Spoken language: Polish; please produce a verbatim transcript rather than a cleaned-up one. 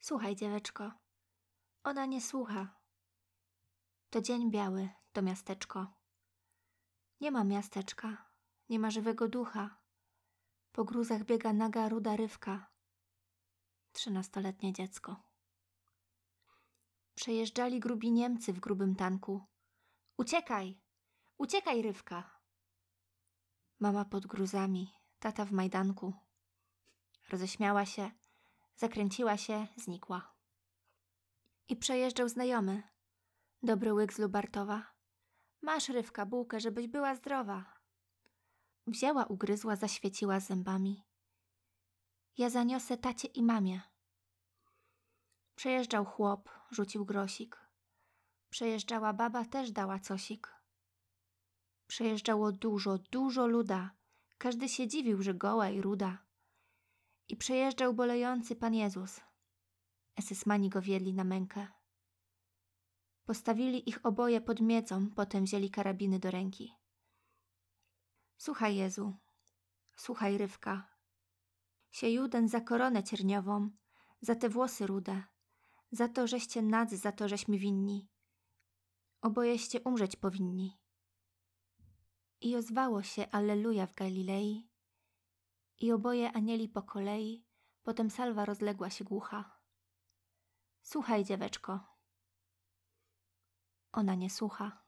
Słuchaj, dzieweczko, ona nie słucha. To dzień biały, to miasteczko. Nie ma miasteczka, nie ma żywego ducha. Po gruzach biega naga, ruda rywka. Trzynastoletnie dziecko. Przejeżdżali grubi Niemcy w grubym tanku. Uciekaj! Uciekaj, rywka! Mama pod gruzami, tata w majdanku. Roześmiała się, zakręciła się, znikła. I przejeżdżał znajomy, dobry łyk z Lubartowa. Masz, rywka, bułkę, żebyś była zdrowa. Wzięła, ugryzła, zaświeciła zębami. Ja zaniosę tacie i mamie. Przejeżdżał chłop, rzucił grosik. Przejeżdżała baba, też dała cosik. Przejeżdżało dużo, dużo luda. Każdy się dziwił, że goła i ruda. I przejeżdżał bolejący Pan Jezus. Esesmani go wiedli na mękę. Postawili ich oboje pod miedzą, potem wzięli karabiny do ręki. Słuchaj, Jezu, słuchaj, rywka. Sie jeden za koronę cierniową, za te włosy rude, za to, żeście nadzy, za to, żeśmy winni. Obojeście umrzeć powinni. I ozwało się Alleluja w Galilei, i oboje anieli po kolei, potem salwa rozległa się głucha. Słuchaj, dzieweczko. Ona nie słucha.